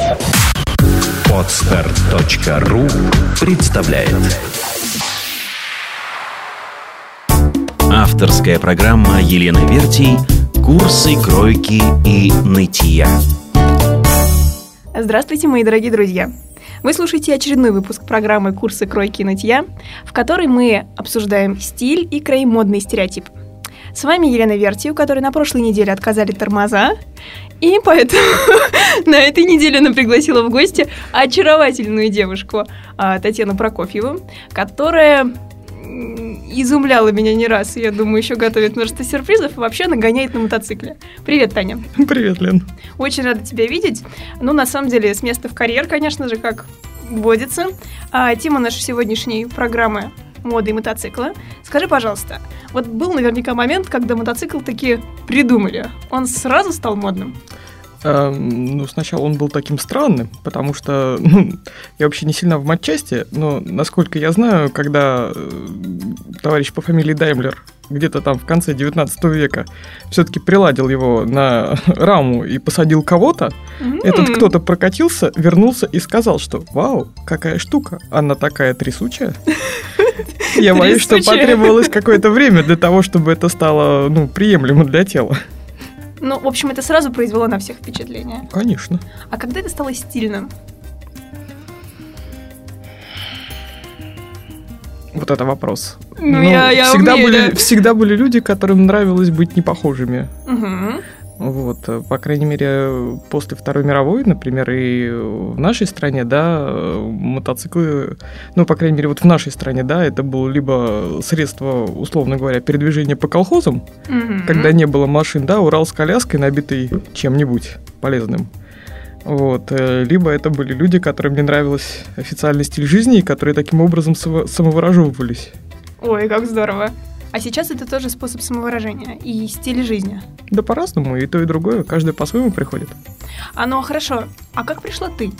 Podster.ru представляет. Авторская программа Елены Вертий «Курсы кройки и нытья». Здравствуйте, мои дорогие друзья! Вы слушаете очередной выпуск программы «Курсы кройки и нытья», в которой мы обсуждаем стиль и краим модный стереотип. С вами Елена Вертий, у которой на прошлой неделе отказали тормоза, и поэтому на этой неделе она пригласила в гости очаровательную девушку Татьяну Прокофьеву, которая изумляла меня не раз, и я думаю, еще готовит множество сюрпризов, и вообще она гоняет на мотоцикле. Привет, Таня. Привет, Лен. Очень рада тебя видеть. Ну, на самом деле, с места в карьер, конечно же, как водится. Тема нашей сегодняшней программы «Мода и мотоциклы». Скажи, пожалуйста, вот был наверняка момент, когда мотоцикл таки придумали. Он сразу стал модным? Сначала он был таким странным, потому что я вообще не сильно в матчасти, но, насколько я знаю, когда товарищ по фамилии Даймлер где-то там в конце 19 века все-таки приладил его на раму и посадил кого-то, этот кто-то прокатился, вернулся и сказал, что «Вау, какая штука, она такая трясучая». Я боюсь, что потребовалось какое-то время для того, чтобы это стало приемлемо для тела. Ну, в общем, это сразу произвело на всех впечатление. Конечно. А когда это стало стильным? Вот это вопрос. Я всегда были люди, которым нравилось быть непохожими. Угу. Вот, по крайней мере, после Второй мировой, например, и в нашей стране, да, мотоциклы, по крайней мере, вот в нашей стране, да, это было либо средство, условно говоря, передвижения по колхозам, когда не было машин, да, Урал с коляской, набитый чем-нибудь полезным. Вот, либо это были люди, которым не нравился официальный стиль жизни, и которые таким образом самовыраживались. Ой, как здорово. А сейчас это тоже способ самовыражения и стиль жизни. Да по-разному, и то, и другое. Каждый по-своему приходит. Хорошо. А как пришла ты?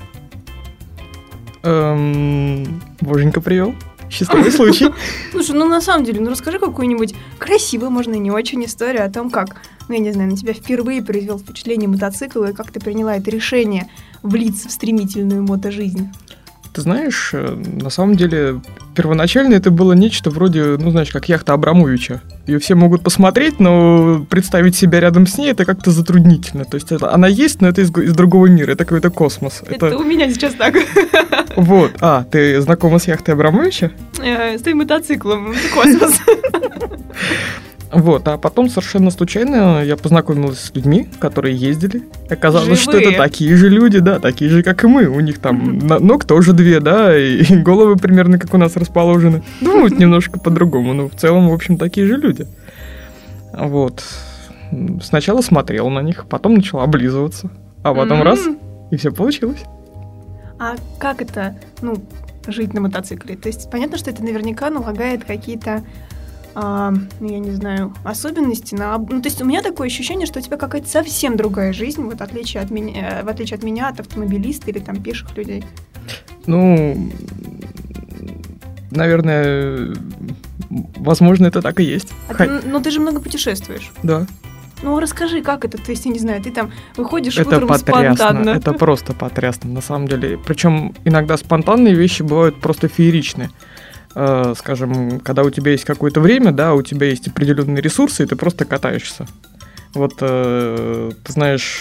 Боженька привел. Счастливый случай. Слушай, на самом деле, расскажи какую-нибудь красивую, можно и не очень, историю о том, как, я не знаю, на тебя впервые произвел впечатление мотоцикл, и как ты приняла это решение влиться в стремительную мотожизнь. Ты знаешь, на самом деле, первоначально это было нечто вроде, как яхта Абрамовича. Ее все могут посмотреть, но представить себя рядом с ней это как-то затруднительно. То есть она есть, но это из другого мира, это какой-то космос. Это у меня сейчас так. Вот. Ты знакома с яхтой Абрамовича? С твоим мотоциклом, это космос. Вот, а потом совершенно случайно я познакомилась с людьми, которые ездили. Оказалось, что это такие же люди, да, такие же, как и мы. У них там ног тоже две, да, и головы примерно как у нас расположены. Думают немножко по-другому, но в целом, в общем, такие же люди. Вот. Сначала смотрел на них, потом начал облизываться, а потом раз, и все получилось. А как это, жить на мотоцикле? То есть понятно, что это наверняка налагает какие-то я не знаю, особенности. То есть у меня такое ощущение, что у тебя какая-то совсем другая жизнь, в отличие от меня, от автомобилиста или там пеших людей. Наверное, возможно, это так и есть. Ты же много путешествуешь. Да. Расскажи, как это? То есть, я не знаю, ты там выходишь утром спонтанно. Это просто потрясно, на самом деле. Причем иногда спонтанные вещи бывают просто фееричны. Скажем, когда у тебя есть какое-то время, да, у тебя есть определенные ресурсы, и ты просто катаешься. Вот, ты знаешь,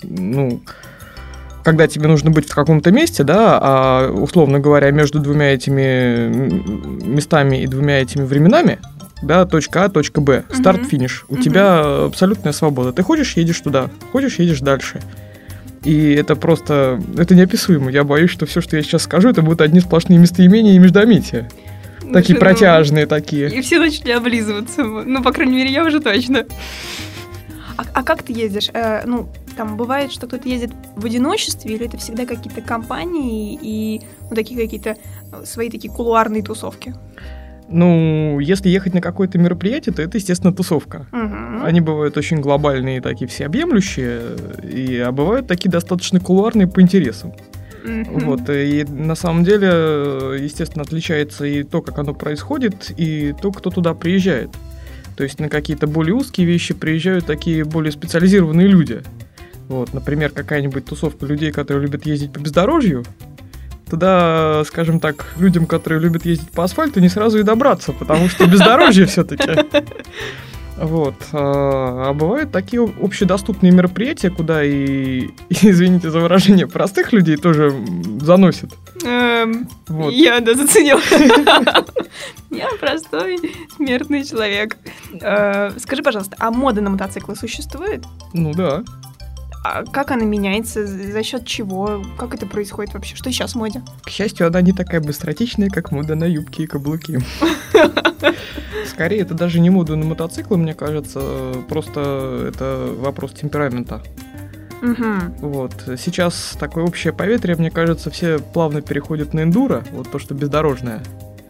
когда тебе нужно быть в каком-то месте, да, условно говоря, между двумя этими местами и двумя этими временами, да, точка А, точка Б, старт-финиш, у тебя абсолютная свобода. Ты хочешь, едешь туда, хочешь, едешь дальше. И это просто, это неописуемо. Я боюсь, что все, что я сейчас скажу, это будут одни сплошные местоимения и междометия. Такие протяжные такие. И все начали облизываться. По крайней мере, я уже точно. А как ты ездишь? Там бывает, что кто-то ездит в одиночестве, или это всегда какие-то компании и такие какие-то свои такие кулуарные тусовки? Если ехать на какое-то мероприятие, то это, естественно, тусовка. Они бывают очень глобальные, такие всеобъемлющие, а бывают такие достаточно кулуарные по интересам. Вот, и на самом деле, естественно, отличается и то, как оно происходит, и то, кто туда приезжает. То есть на какие-то более узкие вещи приезжают такие более специализированные люди. Вот, например, какая-нибудь тусовка людей, которые любят ездить по бездорожью, туда, скажем так, людям, которые любят ездить по асфальту, не сразу и добраться, потому что бездорожье все-таки. Вот. А бывают такие общедоступные мероприятия, куда и, извините за выражение, простых людей тоже заносят. Вот. Я, заценила. Я простой смертный человек. Скажи, пожалуйста, а мода на мотоциклы существует? Ну да. А как она меняется? За счет чего? Как это происходит вообще? Что сейчас в моде? К счастью, она не такая быстротечная, как мода на юбки и каблуки. Скорее, это даже не мода на мотоциклы, мне кажется. Просто это вопрос темперамента. Вот. Сейчас такое общее поветрие, мне кажется, все плавно переходят на эндуро, вот то, что бездорожное.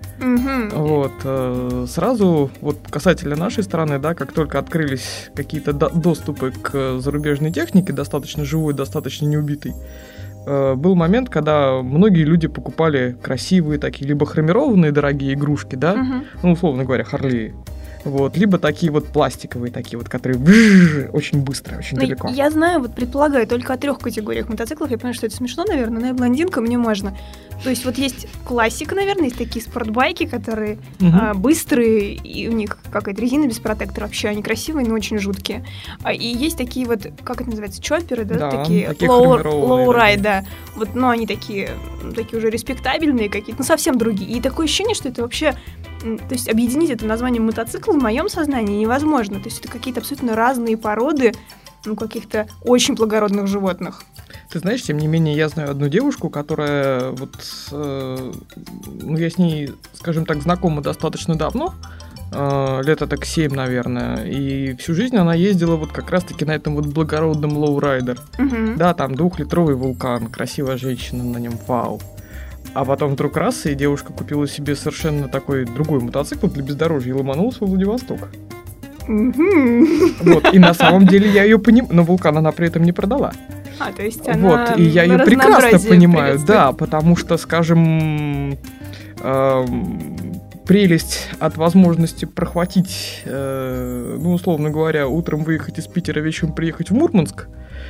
Вот. Сразу, вот касательно нашей страны, да, как только открылись какие-то доступы к зарубежной технике, достаточно живой, достаточно неубитой, был момент, когда многие люди покупали красивые такие, либо хромированные дорогие игрушки, да, ну, условно говоря, Харлеи. Вот, либо такие вот пластиковые, такие вот, которые очень быстро, очень далеко. Я знаю, вот предполагаю, только о 3 категориях мотоциклов. Я понимаю, что это смешно, наверное, но я блондинка, мне можно. То есть вот есть классика, наверное, есть такие спортбайки, которые быстрые, и у них какая-то резина без протектора, вообще они красивые, но очень жуткие. И есть такие вот, как это называется, чопперы, да, такие low-ride, да. Вот, но они такие уже респектабельные какие-то, но совсем другие. И такое ощущение, что это вообще... То есть объединить это название мотоцикл в моем сознании невозможно. То есть это какие-то абсолютно разные породы каких-то очень благородных животных. Ты знаешь, тем не менее, я знаю одну девушку, которая вот... ну, я с ней, скажем так, знакома достаточно давно. Лет так 7, наверное. И всю жизнь она ездила вот как раз-таки на этом вот благородном лоурайдер. Да, там 2-литровый вулкан, красивая женщина на нем, вау. А потом вдруг раз, и девушка купила себе совершенно такой другой мотоцикл для бездорожья и ломанулась во Владивосток. Вот, и на самом деле я ее понимаю, но вулкан она при этом не продала. То есть она вот, и я ее прекрасно понимаю, да, потому что, скажем, прелесть от возможности прохватить, ну, условно говоря, утром выехать из Питера, вечером приехать в Мурманск,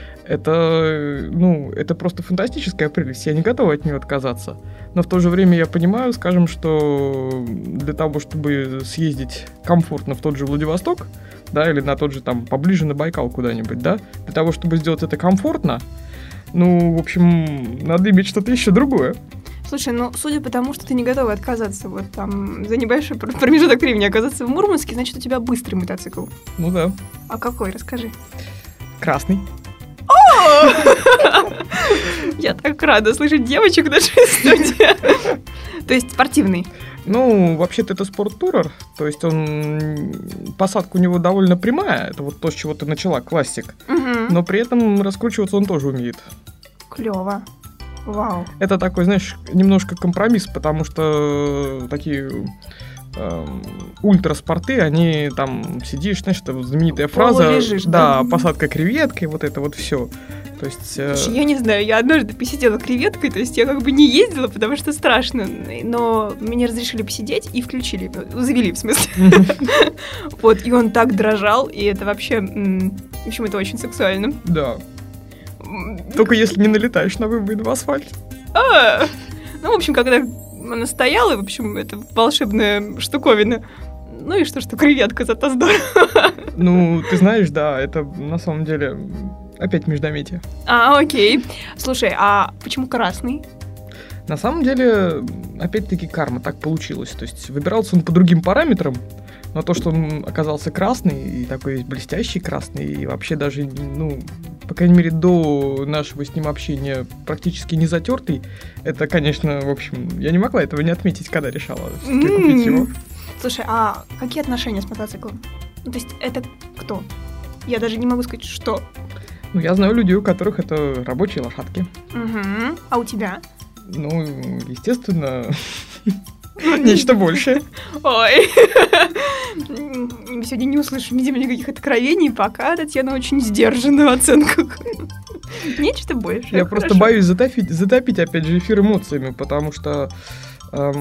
это просто фантастическая прелесть, я не готова от нее отказаться. Но в то же время я понимаю, скажем, что для того, чтобы съездить комфортно в тот же Владивосток, да, или на тот же там поближе на Байкал куда-нибудь, да, для того, чтобы сделать это комфортно, ну, в общем, надо иметь что-то еще другое. Слушай, ну, судя по тому, что ты не готова отказаться вот там за небольшой промежуток времени оказаться в Мурманске, значит, у тебя быстрый мотоцикл. Ну да. А какой? Расскажи. Красный. Я так рада слышать девочек в нашей студии. То есть спортивный? Ну, вообще-то это спорт-турер, то есть посадка у него довольно прямая, это вот то, с чего ты начала, классик, но при этом раскручиваться он тоже умеет. Клево. Вау. Это такой, знаешь, немножко компромисс, потому что такие... ультраспорты, они там сидишь, знаешь, это знаменитая фраза, лежишь, да, посадка креветкой, вот это вот все. То есть... Слушай, я не знаю, я однажды посидела креветкой, то есть я как бы не ездила, потому что страшно, но мне разрешили посидеть и включили, завели в смысле. Вот, и он так дрожал, и это вообще, в общем, это очень сексуально. Да. Только если не налетаешь на выбоину в асфальт. Ну, в общем, когда она стояла, в общем, это волшебная штуковина. Ну и что креветка, зато здорово. Ну, ты знаешь, да, это на самом деле опять междометие. Окей. Слушай, а почему красный? На самом деле, опять-таки, карма, так получилось. То есть выбирался он по другим параметрам, но то, что он оказался красный, и такой блестящий красный, и вообще даже, ну, по крайней мере, до нашего с ним общения практически не затертый, это, конечно, в общем, я не могла этого не отметить, когда решала купить его. Слушай, а какие отношения с мотоциклом? Ну, то есть это кто? Я даже не могу сказать, что. Ну, я знаю людей, у которых это рабочие лошадки. А у тебя? Ну, естественно, нечто большее. Ой. Мы сегодня не услышим, видимо, никаких откровений, пока Татьяна очень сдержана в оценках. Нечто большее. Я просто боюсь затопить, опять же, эфир эмоциями, потому что,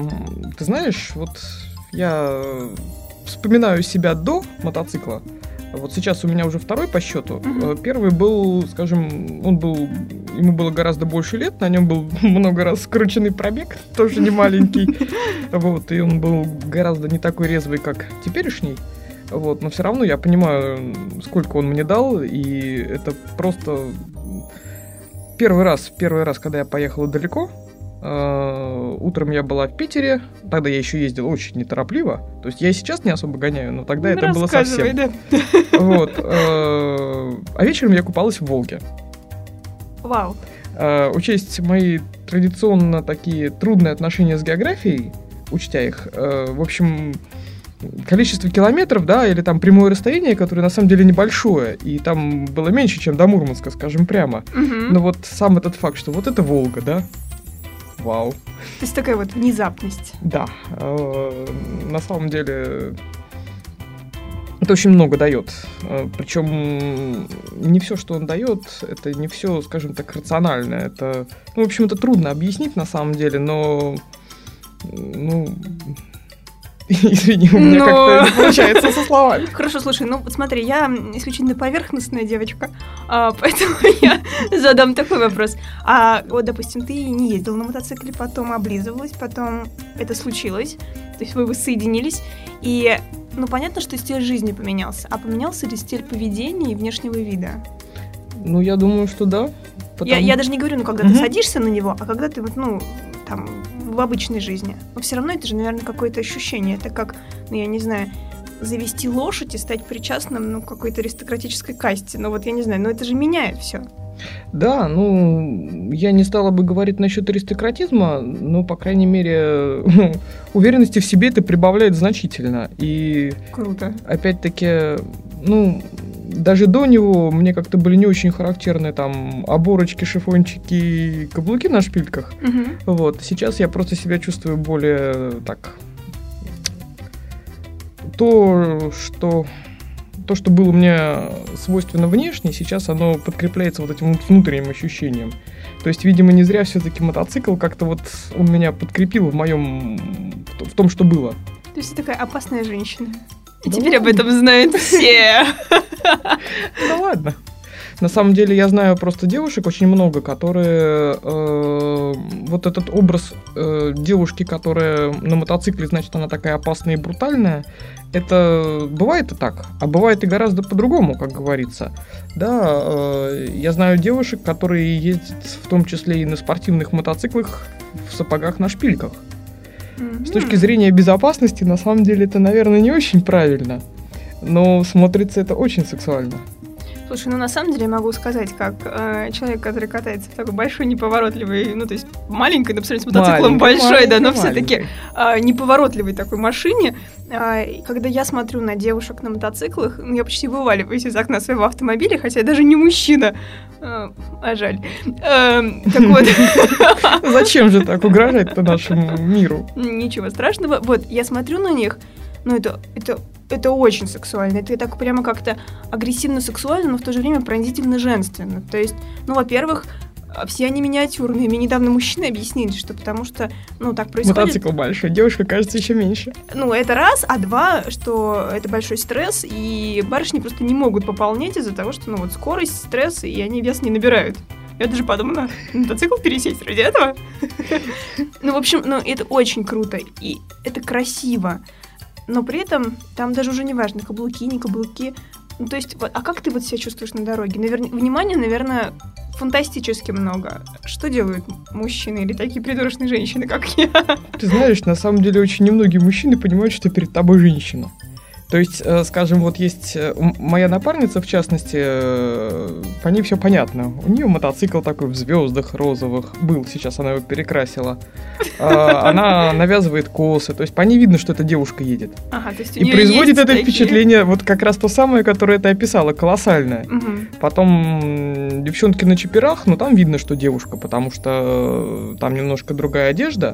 ты знаешь, вот я вспоминаю себя до мотоцикла, Вот сейчас у меня уже второй по счету. Первый был, скажем, ему было гораздо больше лет, на нем был много раз скрученный пробег, тоже не маленький. Вот, и он был гораздо не такой резвый, как теперешний. Вот, но все равно я понимаю, сколько он мне дал, и это просто первый раз, когда я поехал далеко. Утром я была в Питере, тогда я еще ездил очень неторопливо, то есть я и сейчас не особо гоняю, но тогда это было совсем. Да. Вот. А вечером я купалась в Волге. Вау. Учесть мои традиционно такие трудные отношения с географией, учтя их, в общем, количество километров, да, или там прямое расстояние, которое на самом деле небольшое, и там было меньше, чем до Мурманска, скажем прямо. Но вот сам этот факт, что вот это Волга, да, вау. То есть такая вот внезапность. Да, на самом деле это очень много дает. Причем не все, что он дает, это не все, скажем так, рационально. Это, в общем, это трудно объяснить на самом деле, но, извини, у меня как-то не получается со словами. Хорошо, слушай, смотри, я исключительно поверхностная девочка, поэтому я задам такой вопрос. Вот, допустим, ты не ездил на мотоцикле, потом облизывалась, потом это случилось, то есть вы воссоединились, и, понятно, что стиль жизни поменялся, а поменялся ли стиль поведения и внешнего вида? Я думаю, что да. Я даже не говорю, когда ты садишься на него, а когда ты в обычной жизни. Но все равно это же, наверное, какое-то ощущение. Это как, я не знаю, завести лошадь и стать причастным к какой-то аристократической касте. Я не знаю, это же меняет все. Да, я не стала бы говорить насчет аристократизма, но, по крайней мере, уверенности в себе это прибавляет значительно. И круто. Опять-таки, даже до него мне как-то были не очень характерны там оборочки, шифончики, каблуки на шпильках. Вот. Сейчас я просто себя чувствую более так... То, что было мне свойственно внешне, сейчас оно подкрепляется вот этим внутренним ощущением. То есть, видимо, не зря все-таки мотоцикл как-то он меня подкрепил в том, что было. То есть, ты такая опасная женщина. И теперь об этом знают все. Да ладно. На самом деле я знаю просто девушек очень много, которые вот этот образ девушки, которая на мотоцикле, значит, она такая опасная и брутальная, это бывает и так, а бывает и гораздо по-другому, как говорится. Да, я знаю девушек, которые ездят в том числе и на спортивных мотоциклах в сапогах на шпильках. С точки зрения безопасности, на самом деле, это, наверное, не очень правильно, но смотрится это очень сексуально. Слушай, на самом деле я могу сказать, как человек, который катается в такой большой, неповоротливой, то есть маленькой, но по сравнению с мотоциклом большой, да, но все-таки неповоротливой такой машине, когда я смотрю на девушек на мотоциклах, я почти вываливаюсь из окна своего автомобиля, хотя я даже не мужчина. Жаль. Так вот. Зачем же так угрожать-то нашему миру? Ничего страшного. Вот, я смотрю на них, это очень сексуально. Это так прямо как-то агрессивно-сексуально, но в то же время пронзительно-женственно. То есть, во-первых, все они миниатюрные. Мне недавно мужчины объяснили, что потому что, так происходит... Мотоцикл большой, девушка, кажется, еще меньше. Это раз, а два, что это большой стресс, и барышни просто не могут пополнять из-за того, что, скорость, стресс, и они вес не набирают. Я даже подумала, мотоцикл пересесть ради этого. В общем, это очень круто, и это красиво. Но при этом там даже уже не важно, каблуки, не каблуки. То есть, а как ты себя чувствуешь на дороге? Внимания, наверное, фантастически много. Что делают мужчины или такие придурочные женщины, как я? Ты знаешь, на самом деле очень немногие мужчины понимают, что перед тобой женщина. То есть, скажем, есть моя напарница, в частности, по ней все понятно. У нее мотоцикл такой в звездах розовых был, сейчас она его перекрасила. Она навязывает косы, то есть по ней видно, что эта девушка едет. Ага, то есть и производит это впечатление, как раз то самое, которое ты описала, колоссальное. Потом девчонки на чиперах, там видно, что девушка, потому что там немножко другая одежда.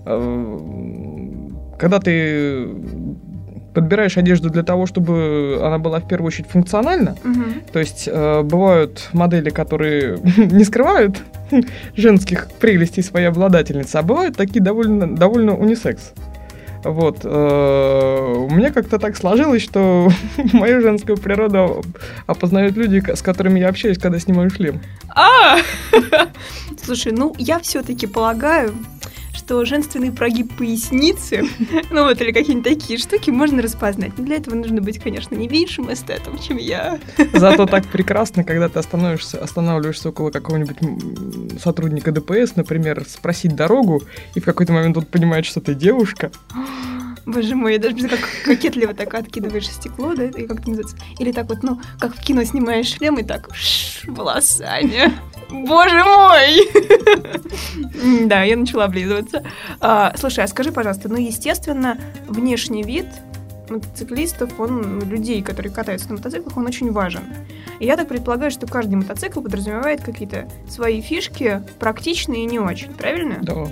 Когда ты подбираешь одежду для того, чтобы она была в первую очередь функциональна. То есть бывают модели, которые не скрывают женских прелестей своей обладательницы, а бывают такие довольно унисекс. Вот. У меня как-то так сложилось, что мою женскую природу опознают люди, с которыми я общаюсь, когда снимаю шлем. Слушай, ну я все-таки полагаю, что женственный прогиб поясницы, ну вот, или какие-нибудь такие штуки можно распознать. Но для этого нужно быть, конечно, не меньшим эстетом, чем я. Зато так прекрасно, когда ты останавливаешься около какого-нибудь сотрудника ДПС, например, спросить дорогу, и в какой-то момент он понимает, что ты девушка. Боже мой, я даже как кокетливо так откидываешь стекло, да, и как это называется? Или так вот, ну, как в кино снимаешь шлем, и так волосами. Боже мой! Да, я начала облизываться. Слушай, а скажи, пожалуйста, ну, естественно, внешний вид мотоциклистов, людей, которые катаются на мотоциклах, он очень важен. И я так предполагаю, что каждый мотоцикл подразумевает какие-то свои фишки, практичные и не очень, правильно? Да.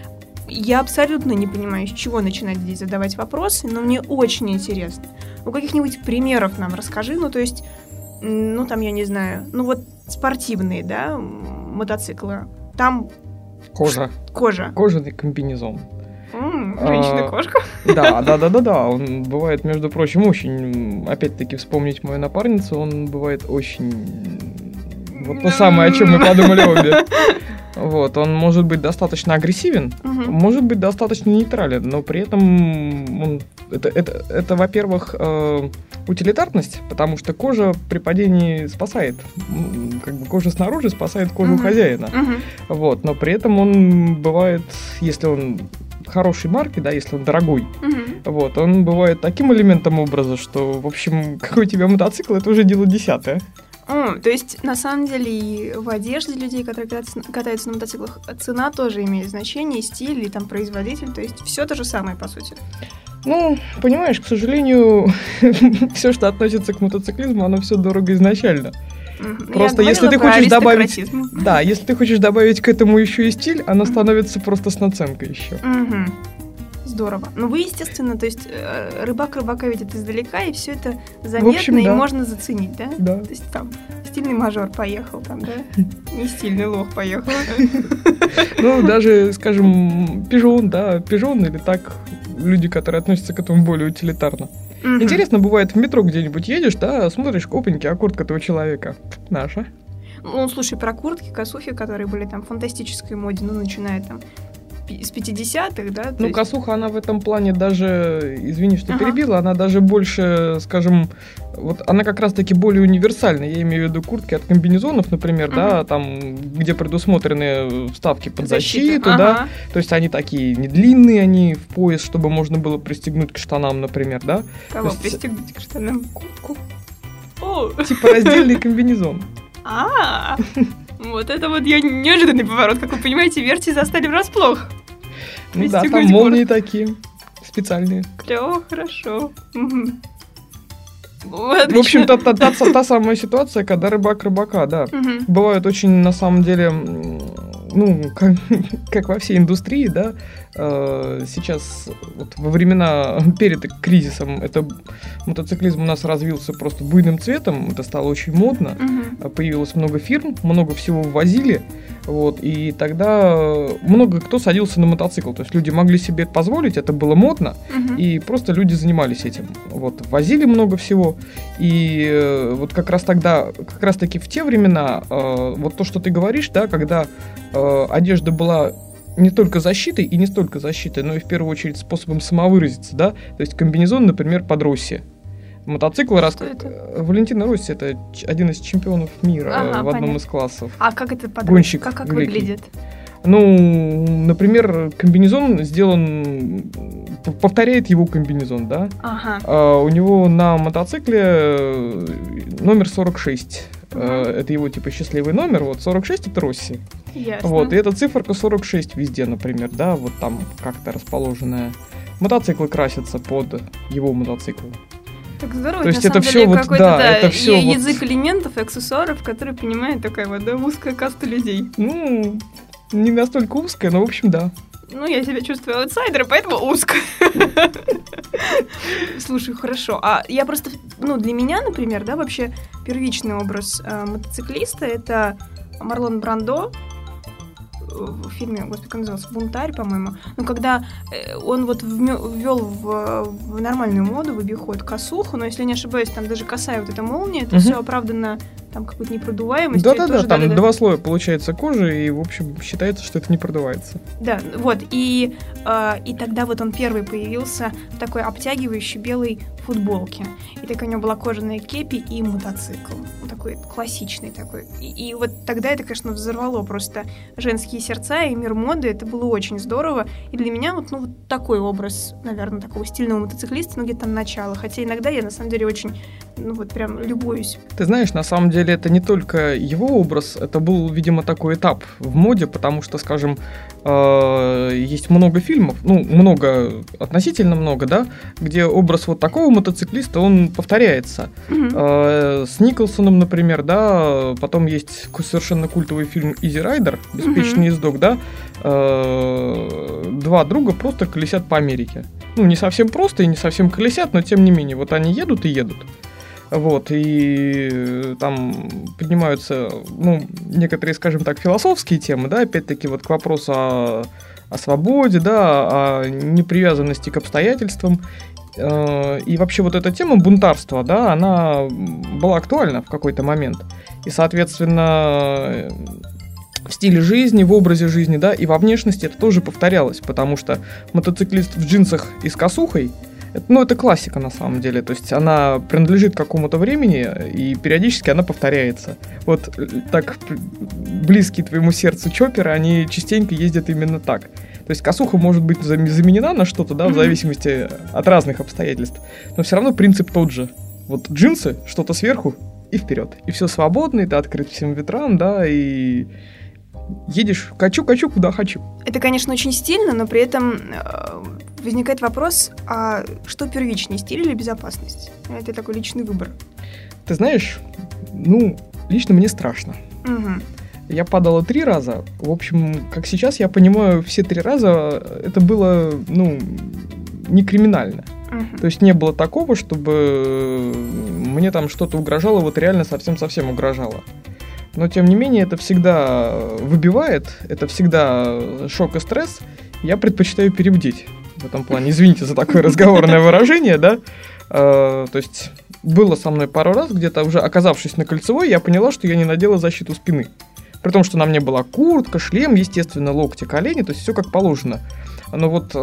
Я абсолютно не понимаю, с чего начинать здесь задавать вопросы, но мне очень интересно. Ну, каких-нибудь примеров нам расскажи, ну, то есть, ну, там, я не знаю, ну, вот спортивные, да, мотоциклы, там... Кожа. Кожаный комбинезон. Женщина-кошка. Да, он бывает, между прочим, очень, опять-таки, вспомнить мою напарницу, он бывает очень... Вот то самое, о чем мы подумали обе. Вот, он может быть достаточно агрессивен, может быть достаточно нейтрален, но при этом это, во-первых, утилитарность, потому что кожа при падении спасает. Как бы кожа снаружи спасает кожу хозяина. Вот, но при этом он бывает, если он хорошей марки, да, если он дорогой, вот, он бывает таким элементом образа, что, в общем, какой у тебя мотоцикл, это уже дело десятое. То есть, на самом деле, и в одежде людей, которые катаются на мотоциклах, цена тоже имеет значение, и стиль, и там производитель, то есть все то же самое, по сути. Ну, понимаешь, к сожалению, все, что относится к мотоциклизму, оно все дорого изначально. Просто если ты хочешь добавить... Да, если ты хочешь добавить к этому еще и стиль, оно становится просто с наценкой еще. Здорово. Ну, вы, естественно, то есть рыбак рыбака видит издалека, и все это заметно, в общем, да. И можно заценить, да? Да. То есть там стильный мажор поехал, там, да? Не стильный лох поехал. Ну, даже, скажем, пижон, да, пижон или так, люди, которые относятся к этому более утилитарно. Интересно, бывает, в метро где-нибудь едешь, да, смотришь, опаньки, а куртка этого человека наша. Ну, слушай, про куртки, косухи, которые были там в фантастической моде, ну, начиная там с 50-х, да? Ну, косуха, она в этом плане даже, извини, что перебила, она даже больше, скажем, вот она как раз-таки более универсальная. Я имею в виду куртки от комбинезонов, например, да, там, где предусмотрены вставки под защиту, да, то есть они такие не длинные, они в пояс, чтобы можно было пристегнуть к штанам, например, да. Кого пристегнуть к штанам? Куртку? Типа раздельный комбинезон. Вот это вот я неожиданный поворот, как вы понимаете, версии застали врасплох. Ну да, там молнии такие специальные. Клево, хорошо. В общем-то, та самая ситуация, когда рыбак рыбака, да. Бывают очень, на самом деле, ну, как во всей индустрии, да, сейчас вот во времена перед кризисом мотоциклизм у нас развился просто буйным цветом, это стало очень модно, появилось много фирм, много всего ввозили, вот, и тогда много кто садился на мотоцикл, то есть люди могли себе это позволить, это было модно, и просто люди занимались этим, вот, возили много всего, и вот как раз таки в те времена, вот то, что ты говоришь, да, когда одежда была не только защитой и не столько защитой, но и в первую очередь способом самовыразиться, да, то есть комбинезон, например, под Росси. Мотоцикл Валентино Росси, это один из чемпионов мира в одном из классов. А как это под гонщик как выглядит? Ну, например, комбинезон сделан, повторяет его комбинезон, да. У него на мотоцикле номер 46. Это его типа счастливый номер, вот 46 это Росси. Ясно. Вот, и эта циферка 46 везде, например, да, вот там как-то расположенная. Мотоциклы красятся под его мотоцикл. Так здорово, то есть на это самом все деле вот, какой-то это все язык вот элементов, аксессуаров, который понимает такая вот, да, узкая каста людей. Ну, не настолько узкая, но в общем, да. Ну, я себя чувствую аутсайдером, поэтому узко. Слушай, хорошо. А я просто, ну, для меня, например, да, вообще первичный образ мотоциклиста — это Марлон Брандо, в фильме, господи, как назывался, «Бунтарь», по-моему, но когда он вот ввел в нормальную моду, в обиход косуху, но если не ошибаюсь, там даже косая вот эта молния, это все оправдано там какой-то непродуваемостью. Да-да-да, там 2 слоя получается кожи, и, в общем, считается, что это не продувается. Да, вот, и тогда вот он первый появился в такой обтягивающей белой футболке. И такая у него была кожаная кепи и мотоцикл. Он такой классичный такой. И вот тогда это, конечно, взорвало просто женские сердца и мир моды. Это было очень здорово. И для меня вот, вот такой образ, наверное, такого стильного мотоциклиста, ну, где-то там начало. Хотя иногда я, на самом деле, очень, ну, вот прям любуюсь. Ты знаешь, на самом деле, это не только его образ, это был, видимо, такой этап в моде, потому что, скажем, есть много фильмов, ну, много, относительно много, да, где образ вот такого мотоциклиста, он повторяется. С Николсоном, например, да, потом есть совершенно культовый фильм «Изи Райдер», «Беспечный ездок», да, 2 друга просто колесят по Америке. Ну, не совсем просто и не совсем колесят, но тем не менее, вот они едут и едут. Вот, и там поднимаются, ну, некоторые, скажем так, философские темы, да, опять-таки вот к вопросу о свободе, да, о непривязанности к обстоятельствам. И вообще вот эта тема бунтарства, да, она была актуальна в какой-то момент. И, соответственно, в стиле жизни, в образе жизни, да, и во внешности это тоже повторялось, потому что мотоциклист в джинсах и с косухой, это классика на самом деле, то есть она принадлежит какому-то времени, и периодически она повторяется. Вот так близкие твоему сердцу чопперы, они частенько ездят именно так. То есть косуха может быть заменена на что-то, да, в зависимости от разных обстоятельств, но все равно принцип тот же. Вот джинсы, что-то сверху и вперед. И все свободно, и ты открыт всем ветрам, да, и едешь качу, куда хочу. Это, конечно, очень стильно, но при этом возникает вопрос, а что первичнее, стиль или безопасность? Это такой личный выбор. Ты знаешь, лично мне страшно. Я падала 3 раза. В общем, как сейчас я понимаю, все 3 раза это было, не криминально. То есть не было такого, чтобы мне там что-то угрожало, вот реально совсем-совсем угрожало. Но, тем не менее, это всегда выбивает, это всегда шок и стресс. Я предпочитаю перебдеть в этом плане. Извините за такое разговорное выражение, да. То есть было со мной пару раз, где-то уже оказавшись на Кольцевой, я поняла, что я не надела защиту спины. При том, что на мне была куртка, шлем, естественно, локти, колени, то есть все как положено. Но вот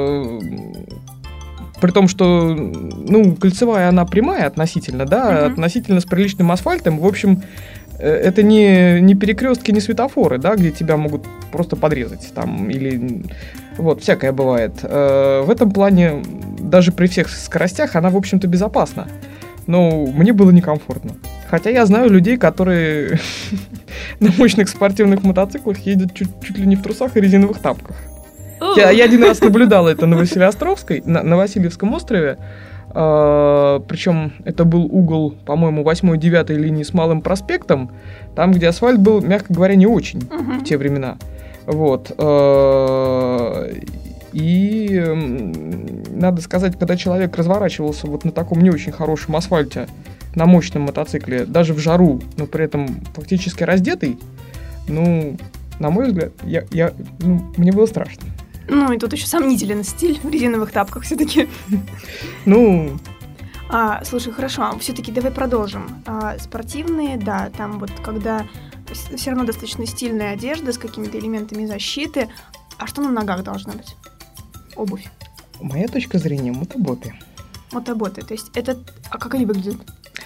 при том, что, Кольцевая, она прямая относительно, да, относительно с приличным асфальтом, в общем, это не перекрестки, не светофоры, да, где тебя могут просто подрезать там, или вот, всякое бывает. В этом плане, даже при всех скоростях, она, в общем-то, безопасна. Но мне было некомфортно. Хотя я знаю людей, которые на мощных спортивных мотоциклах ездят чуть ли не в трусах и резиновых тапках. Я один раз наблюдал это на Васильевском острове. Причем это был угол, по-моему, 8-9 линии с Малым проспектом, там, где асфальт был, мягко говоря, не очень в те времена. Вот. И надо сказать, когда человек разворачивался вот на таком не очень хорошем асфальте, на мощном мотоцикле, даже в жару, но при этом фактически раздетый, на мой взгляд, мне было страшно. И тут еще сомнителен стиль в резиновых тапках все-таки. Слушай, хорошо, все-таки давай продолжим. Спортивные, да, там вот когда все равно достаточно стильная одежда с какими-то элементами защиты. А что на ногах должно быть? Обувь. Моя точка зрения, мотоботы. Мотоботы, то есть это... А как они выглядят?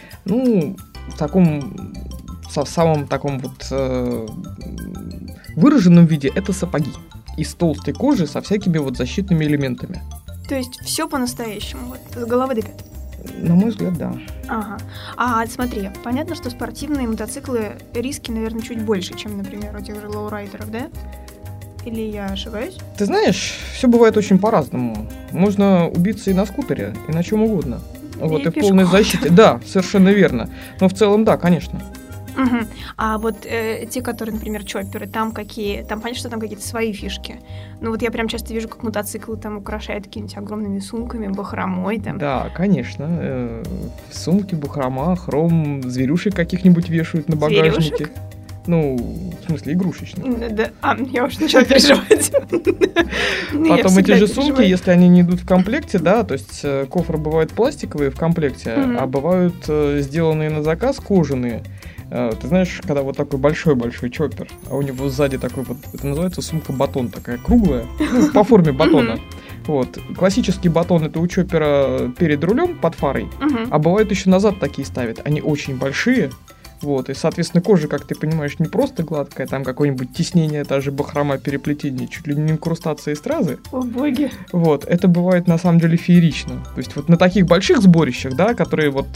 В самом таком вот выраженном виде это сапоги. Из толстой кожи со всякими вот защитными элементами. То есть все по-настоящему, вот, с головы до пят? На мой взгляд, да. Ага. Смотри, понятно, что спортивные мотоциклы риски, наверное, чуть больше, чем, например, у тех же лоурайдеров, да? Или я ошибаюсь? Ты знаешь, все бывает очень по-разному. Можно убиться и на скутере, и на чем угодно. Вот, и в полной защите. Да, совершенно верно. Но в целом, да, конечно. А вот те, которые, например, чопперы, там понятно, что там какие-то свои фишки. Вот я прям часто вижу, как мотоциклы там украшают какими-нибудь огромными сумками, бахромой там. Да, конечно. Сумки, бахрома, хром, зверюшек каких-нибудь вешают на багажнике. Зверюшек? Ну, в смысле, игрушечных. Да. Я уж начала переживать. Потом эти же сумки, если они не идут в комплекте, да, то есть кофры бывают пластиковые в комплекте, а бывают сделанные на заказ кожаные. Ты знаешь, когда вот такой большой-большой чоппер, а у него сзади такой вот, это называется сумка-батон, такая круглая, ну, по форме батона. Вот. Классический батон — это у чоппера перед рулем под фарой, а бывают еще назад такие ставят. Они очень большие. Вот, и, соответственно, кожа, как ты понимаешь, не просто гладкая, там какое-нибудь тиснение, та же бахрома, переплетение, чуть ли не инкрустация и стразы. О, боги. Вот, это бывает на самом деле феерично. То есть вот на таких больших сборищах, да, которые вот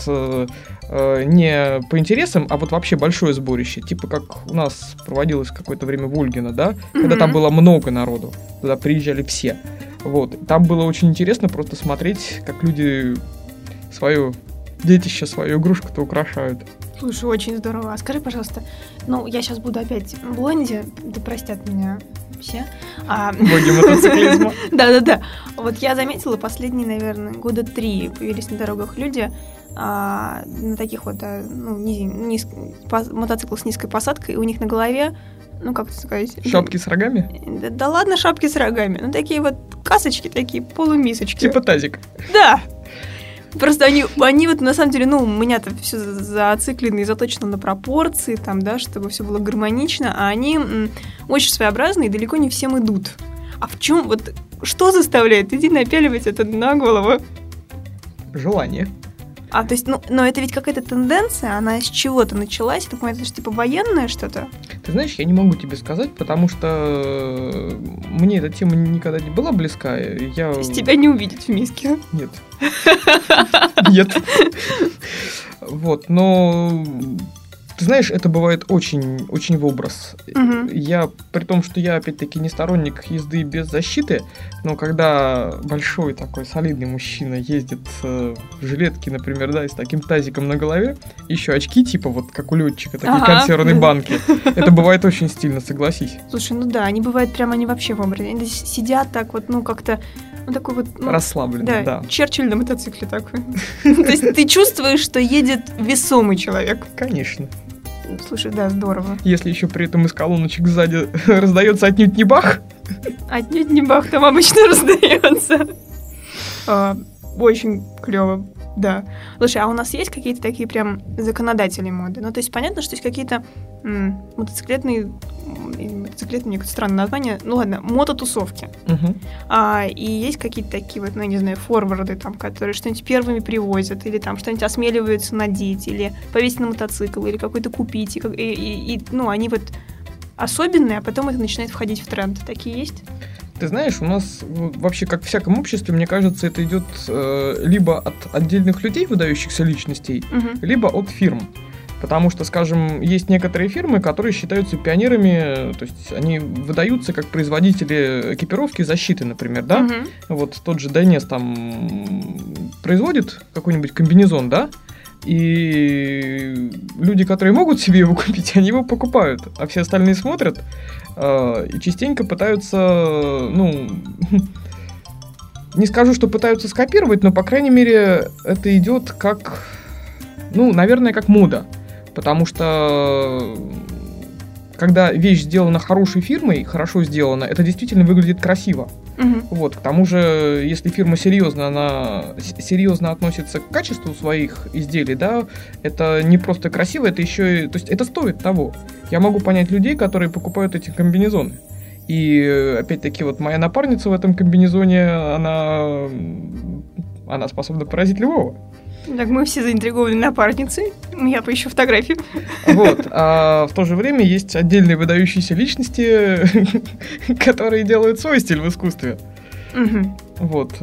не по интересам, а вот вообще большое сборище, типа как у нас проводилось какое-то время в Ольгино, да, когда там было много народу, туда приезжали все. Вот, там было очень интересно просто смотреть, как люди свое детище, свою игрушку-то украшают. Слушай, очень здорово. А скажи, пожалуйста, я сейчас буду опять в блонде, да простят меня все. Боги мотоциклизма. Да. Вот я заметила, последние, наверное, 3 года появились на дорогах люди на таких вот, мотоциклах с низкой посадкой, и у них на голове, как это сказать? Шапки с рогами? Да ладно, шапки с рогами. Такие вот касочки, такие полумисочки. Типа тазик. Да. Просто они вот на самом деле, у меня-то все зациклено и заточено на пропорции, там, да, чтобы все было гармонично, а они очень своеобразные и далеко не всем идут. А в чем, что заставляет идти напяливать это на голову? Желание. То есть, но это ведь какая-то тенденция, она с чего-то началась, это, по-моему, это же типа военное что-то? Ты знаешь, я не могу тебе сказать, потому что мне эта тема никогда не была близка. То есть тебя не увидеть в миске? Нет. Нет. Вот, но... Ты знаешь, это бывает очень, очень в образ. Я, при том, что я, опять-таки, не сторонник езды без защиты, но когда большой такой солидный мужчина ездит в жилетке, например, да, и с таким тазиком на голове, еще очки типа вот как у летчика, такие консервные банки, это бывает очень стильно, согласись. Слушай, они бывают прям, они вообще в образе. Они сидят так вот, как-то такой вот... расслабленно, да. Черчилль на мотоцикле такой. То есть ты чувствуешь, что едет весомый человек. Конечно. Слушай, да, здорово. Если еще при этом из колоночек сзади раздается отнюдь не бах. Отнюдь не бах, там обычно раздается. Очень клево, да. Слушай, а у нас есть какие-то такие прям законодатели моды? То есть понятно, что есть какие-то мотоциклетные, мне какое-то странное название, мототусовки. И есть какие-то такие вот, я не знаю, форварды, там, которые что-нибудь первыми привозят, или там что-нибудь осмеливаются надеть, или повесить на мотоцикл, или какой-то купить, и они вот особенные, а потом их начинает входить в тренд. Такие есть? Ты знаешь, у нас вообще, как в всяком обществе, мне кажется, это идет либо от отдельных людей, выдающихся личностей, либо от фирм. Потому что, скажем, есть некоторые фирмы, которые считаются пионерами, то есть они выдаются как производители экипировки защиты, например, да? Вот тот же Дайнес там производит какой-нибудь комбинезон, да? И люди, которые могут себе его купить, они его покупают, а все остальные смотрят и частенько пытаются, не скажу, что пытаются скопировать, но, по крайней мере, это идет как, наверное, как мода. Потому что, когда вещь сделана хорошей фирмой, хорошо сделана, это действительно выглядит красиво. Вот, к тому же, если фирма она серьезно относится к качеству своих изделий, да, это не просто красиво, это еще и... То есть это стоит того. Я могу понять людей, которые покупают эти комбинезоны. И, опять-таки, вот моя напарница в этом комбинезоне, она способна поразить любого. Так мы все заинтригованы напарницей. Я поищу фотографию. Вот. А в то же время есть отдельные выдающиеся личности, которые делают свой стиль в искусстве. Вот.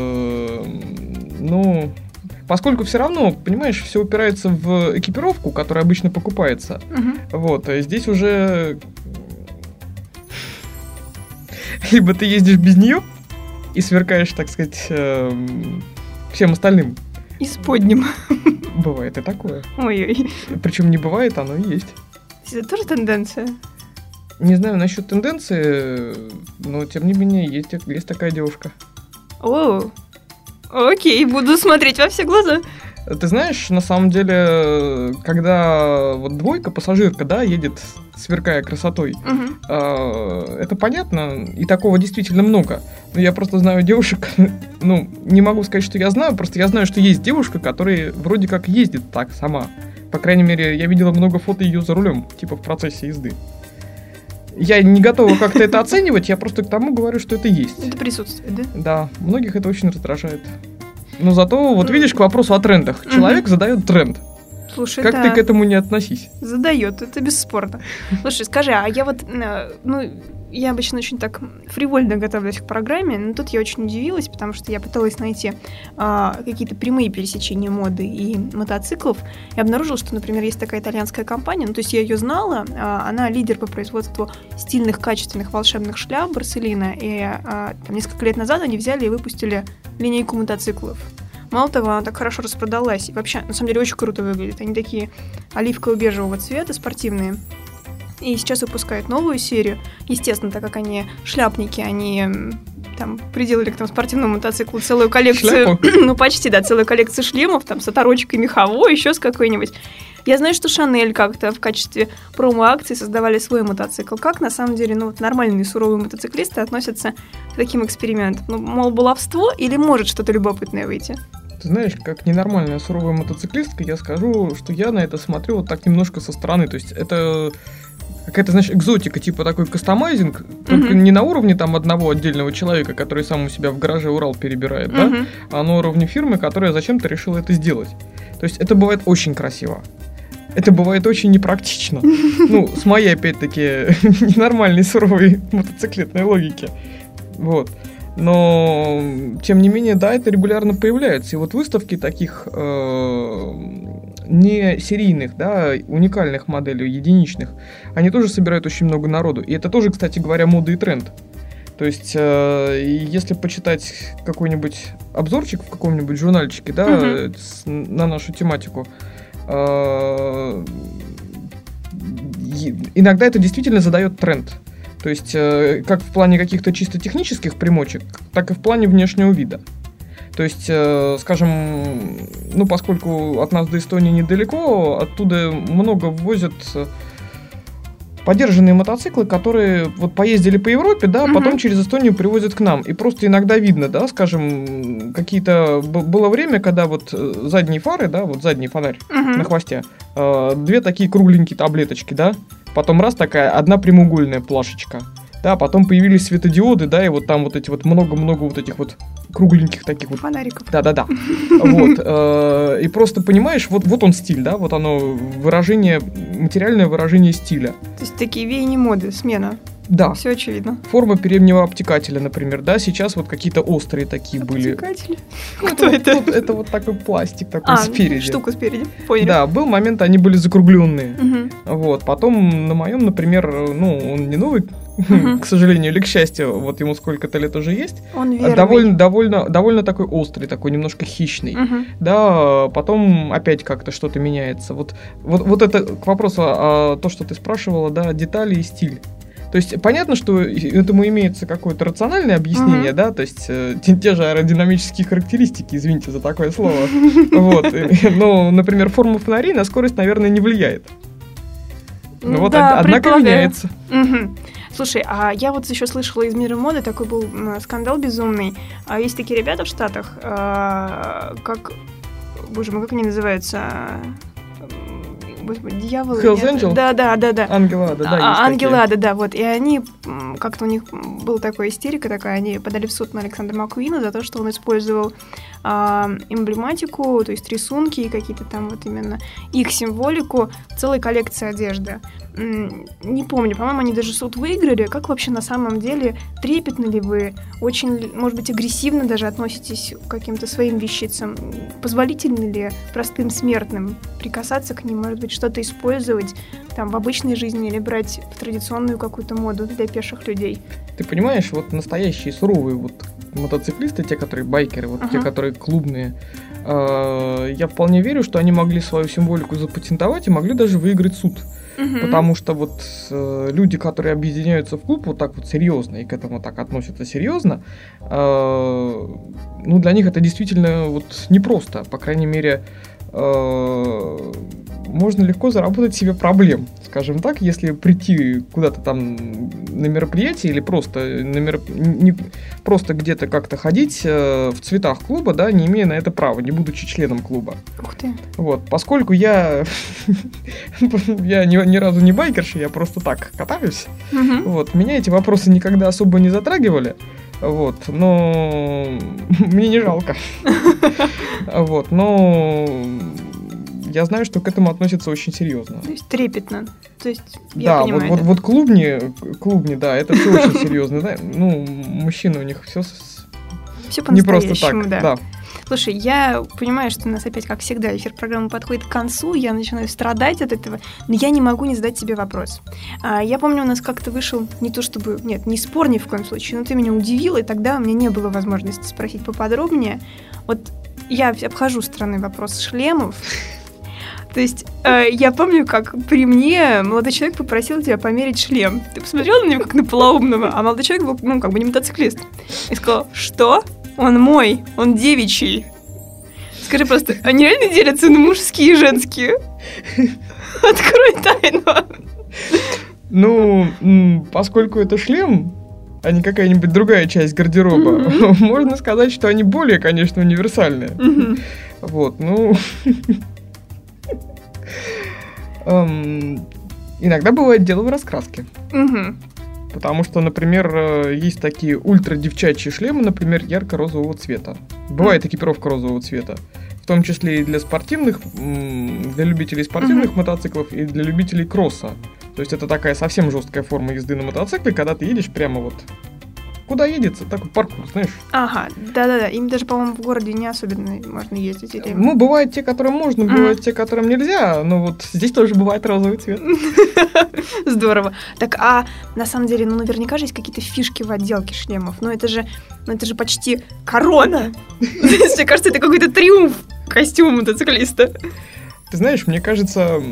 Поскольку все равно, понимаешь, все упирается в экипировку, которая обычно покупается. Вот. Здесь уже либо ты ездишь без нее и сверкаешь, так сказать, всем остальным. Исподним. Бывает и такое. Ой-ой. Причем не бывает, оно и есть. Это тоже тенденция? Не знаю насчет тенденции, но тем не менее есть такая девушка. О, окей, буду смотреть во все глаза. Ты знаешь, на самом деле, когда вот двойка, пассажирка, да, едет, сверкая красотой, это понятно, и такого действительно много. Но я просто знаю девушек, ну, не могу сказать, что я знаю, просто я знаю, что есть девушка, которая вроде как ездит так сама. По крайней мере, я видела много фото ее за рулем, типа в процессе езды. Я не готова как-то это оценивать, я просто к тому говорю, что это есть. Это присутствует, да? Да, многих это очень раздражает. Но зато, вот видишь, к вопросу о трендах. Человек задает тренд. Слушай, как да. ты к этому не относись? Задает, это бесспорно. Слушай, скажи, а я вот, ну, я обычно очень так фривольно готовлюсь к программе, но тут я очень удивилась, потому что я пыталась найти какие-то прямые пересечения моды и мотоциклов, и обнаружила, что, например, есть такая итальянская компания, ну, то есть я ее знала, она лидер по производству стильных, качественных, волшебных шляп Барселина, и там, несколько лет назад они взяли и выпустили линейку мотоциклов. Мало того, она так хорошо распродалась, и вообще, на самом деле, очень круто выглядит. Они такие оливково-бежевого цвета, спортивные. И сейчас выпускают новую серию. Естественно, так как они шляпники, они там приделали к тому спортивному мотоциклу целую коллекцию... Ну, почти, да, целую коллекцию шлемов, там, с оторочкой меховой, еще с какой-нибудь. Я знаю, что Шанель как-то в качестве промо-акции создавали свой мотоцикл. Как, на самом деле, ну, вот нормальные суровые мотоциклисты относятся к таким экспериментам? Ну, мол, баловство или может что-то любопытное выйти? Ты знаешь, как ненормальная суровая мотоциклистка, я скажу, что я на это смотрю вот так немножко со стороны. То есть это какая-то, знаешь, экзотика, типа такой кастомайзинг, только не на уровне там одного отдельного человека, который сам у себя в гараже Урал перебирает, да, а на уровне фирмы, которая зачем-то решила это сделать. То есть это бывает очень красиво. Это бывает очень непрактично. Ну, с моей, опять-таки, ненормальной суровой мотоциклетной логики. Вот. Но, тем не менее, да, это регулярно появляется. И вот выставки таких не серийных, да, уникальных моделей, единичных, они тоже собирают очень много народу. И это тоже, кстати говоря, мода и тренд. То есть, если почитать какой-нибудь обзорчик в каком-нибудь журнальчике, да, на нашу тематику, иногда это действительно задает тренд. То есть, как в плане каких-то чисто технических примочек, так и в плане внешнего вида. То есть, скажем, ну, поскольку от нас до Эстонии недалеко, оттуда много ввозят подержанные мотоциклы, которые вот поездили по Европе, да, потом через Эстонию привозят к нам. И просто иногда видно, да, скажем, какие-то... Было время, когда вот задние фары, да, вот задний фонарь на хвосте, две такие кругленькие таблеточки, да, потом раз такая, одна прямоугольная плашечка. Да, потом появились светодиоды, да, и вот там вот эти вот много-много вот этих вот кругленьких таких вот... Фонариков. Да-да-да. Вот. И просто понимаешь, вот он стиль, да, вот оно выражение, материальное выражение стиля. То есть такие веяния моды, смена. Да. Все очевидно. Форма переднего обтекателя, например, да, сейчас вот какие-то острые такие были. Обтекатель? Кто это? Это вот такой пластик такой спереди. Штука спереди, понял. Да, был момент, они были закругленные. Вот, потом на моем, например, ну, он не новый, к сожалению или к счастью, вот ему сколько-то лет уже есть. Он верный. Довольно такой острый, такой немножко хищный. Да, потом опять как-то что-то меняется. Вот это к вопросу о то, что ты спрашивала, да, детали и стиль. То есть понятно, что этому имеется какое-то рациональное объяснение, да, то есть те же аэродинамические характеристики, извините за такое слово. Вот. Но, например, форма фонарей на скорость, наверное, не влияет. Ну вот, да, однако меняется. Слушай, а я вот еще слышала из мира моды, такой был скандал безумный. Есть такие ребята в Штатах, как... Боже мой, как они называются? Дьяволы. Hell's Angel? Да. Ангелы Ада, да, есть Ангелы такие. Ада, да, вот. И они, как-то у них была такая истерика такая, они подали в суд на Александра Маккуина за то, что он использовал эмблематику, то есть рисунки и какие-то там вот именно их символику в целой коллекции одежды. Не помню, по-моему, они даже суд выиграли. Как вообще на самом деле, трепетно ли вы, очень, может быть, агрессивно даже относитесь к каким-то своим вещицам? Позволительно ли простым смертным прикасаться к ним, может быть, что-то использовать там в обычной жизни или брать в традиционную какую-то моду для пеших людей? Ты понимаешь, вот настоящие суровые вот мотоциклисты, те, которые байкеры, вот те, которые клубные, я вполне верю, что они могли свою символику запатентовать и могли даже выиграть суд. Потому что вот люди, которые объединяются в клуб вот так вот серьезно и к этому так относятся серьезно, ну, для них это действительно вот непросто. По крайней мере, можно легко заработать себе проблем, скажем так, если прийти куда-то там на мероприятие или просто, не просто где-то как-то ходить в цветах клуба, да, не имея на это права, не будучи членом клуба. Ух ты. Вот, поскольку я ни разу не байкерша, я просто так катаюсь, вот, меня эти вопросы никогда особо не затрагивали. Вот, но мне не жалко. Вот, но я знаю, что к этому относятся очень серьезно. То есть трепетно. То есть я понимаю. Да, вот клубни, да, это все очень серьезно. Да? Ну, мужчины у них все не просто так. Да. Слушай, я понимаю, что у нас опять, как всегда, эфир программы подходит к концу, я начинаю страдать от этого, но я не могу не задать тебе вопрос. Я помню, у нас как-то вышел не то чтобы... Нет, не спор ни в коем случае, но ты меня удивила, и тогда у меня не было возможности спросить поподробнее. Вот я обхожу стороной вопрос шлемов. То есть я помню, как при мне молодой человек попросил тебя померить шлем. Ты посмотрел на него как на полоумного, а молодой человек был, ну, как бы не мотоциклист. И сказал, что? Он мой, он девичий. Скажи просто, они реально делятся на мужские и женские? Открой тайну. Ну, поскольку это шлем, а не какая-нибудь другая часть гардероба, можно сказать, что они более, конечно, универсальные. Вот, ну... Иногда бывает дело в раскраске. Потому что, например, есть такие ультра-девчачьи шлемы, например, ярко-розового цвета. Бывает экипировка розового цвета. В том числе и для спортивных, для любителей спортивных мотоциклов и для любителей кросса. То есть это такая совсем жесткая форма езды на мотоцикле, когда ты едешь прямо вот... Куда едется? Такой паркур, знаешь? Ага, да-да-да. Им даже, по-моему, в городе не особенно можно ездить. Или... Ну, бывают те, которым можно, бывают те, которым нельзя. Но вот здесь тоже бывает розовый цвет. Здорово. Так, а на самом деле, ну, наверняка же есть какие-то фишки в отделке шлемов. Но это же почти корона. Мне кажется, это какой-то триумф костюма мотоциклиста. Ты знаешь, мне кажется,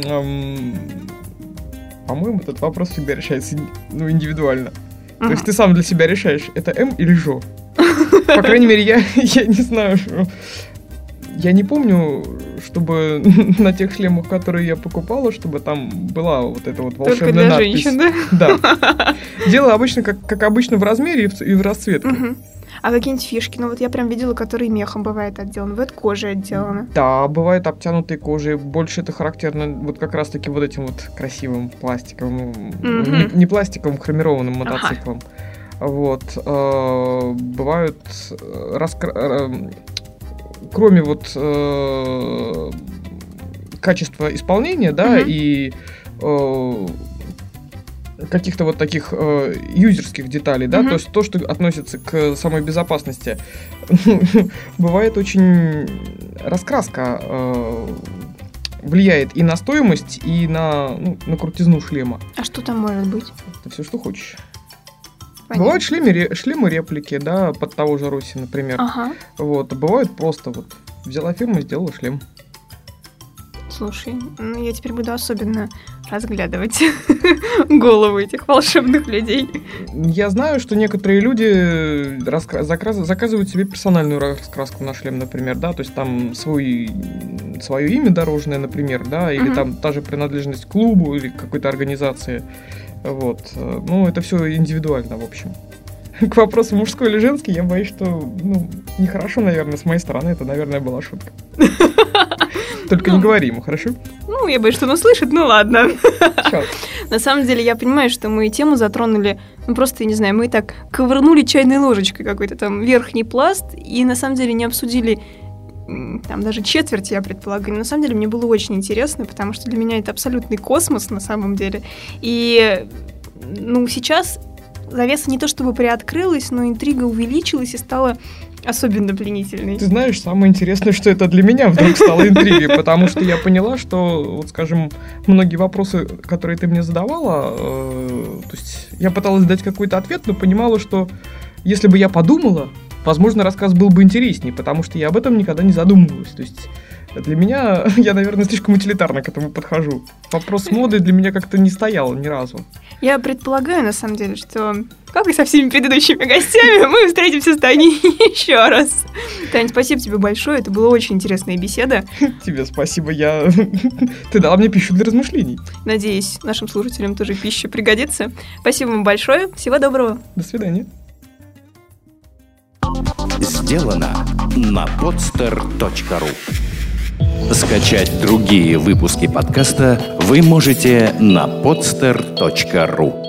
по-моему, этот вопрос всегда решается индивидуально. То есть ты сам для себя решаешь, это М или Жо. По крайней мере, я не знаю, я не помню, чтобы на тех шлемах, которые я покупала, чтобы там была вот эта вот волшебная надпись. Только для женщин, да? Да. Дело обычно, как обычно, в размере и в расцветке. А какие-нибудь фишки? Ну вот я прям видела, которые мехом бывает отделаны, бывает кожей отделаны. Да, бывают обтянутые кожей. Больше это характерно вот как раз-таки вот этим вот красивым пластиковым, не пластиковым, хромированным мотоциклом. Вот. Бывают кроме вот качества исполнения, да, и каких-то вот таких юзерских деталей, да, то есть то, что относится к самой безопасности. Бывает очень раскраска влияет и на стоимость, и на крутизну шлема. А что там может быть? Это все, что хочешь. Понятно. Бывают шлемы-реплики, да, под того же Росси, например. Вот, бывают просто вот взяла фирму и сделала шлем. Слушай, ну я теперь буду особенно разглядывать головы этих волшебных людей. Я знаю, что некоторые люди заказывают себе персональную раскраску на шлем, например, да, то есть там свое имя дорожное, например, да, или там та же принадлежность к клубу или к какой-то организации. Вот. Ну, это все индивидуально, в общем. К вопросу мужской или женский, я боюсь, что, нехорошо, наверное, с моей стороны, это, наверное, была шутка. Только не говори ему, хорошо? Ну, я боюсь, что он услышит, ну ладно. На самом деле, я понимаю, что мы тему затронули, просто, я не знаю, мы так ковырнули чайной ложечкой какой-то там верхний пласт, и на самом деле не обсудили там даже четверть, я предполагаю. На самом деле, мне было очень интересно, потому что для меня это абсолютный космос на самом деле. И, сейчас завеса не то чтобы приоткрылась, но интрига увеличилась и стала особенно пленительной. Ты знаешь, самое интересное, что это для меня вдруг стало интригой, потому что я поняла, что, вот скажем, многие вопросы, которые ты мне задавала, то есть я пыталась дать какой-то ответ, но понимала, что если бы я подумала, возможно, рассказ был бы интереснее, потому что я об этом никогда не задумывалась. То есть Для меня, я, наверное, слишком утилитарно к этому подхожу. Вопрос моды для меня как-то не стоял ни разу. Я предполагаю, на самом деле, что, как и со всеми предыдущими гостями, мы встретимся с Таней еще раз. Тань, спасибо тебе большое, это была очень интересная беседа. Тебе спасибо, ты дала мне пищу для размышлений. Надеюсь, нашим слушателям тоже пища пригодится. Спасибо вам большое, всего доброго. До свидания. Сделано на podster.ru. Скачать другие выпуски подкаста вы можете на podster.ru.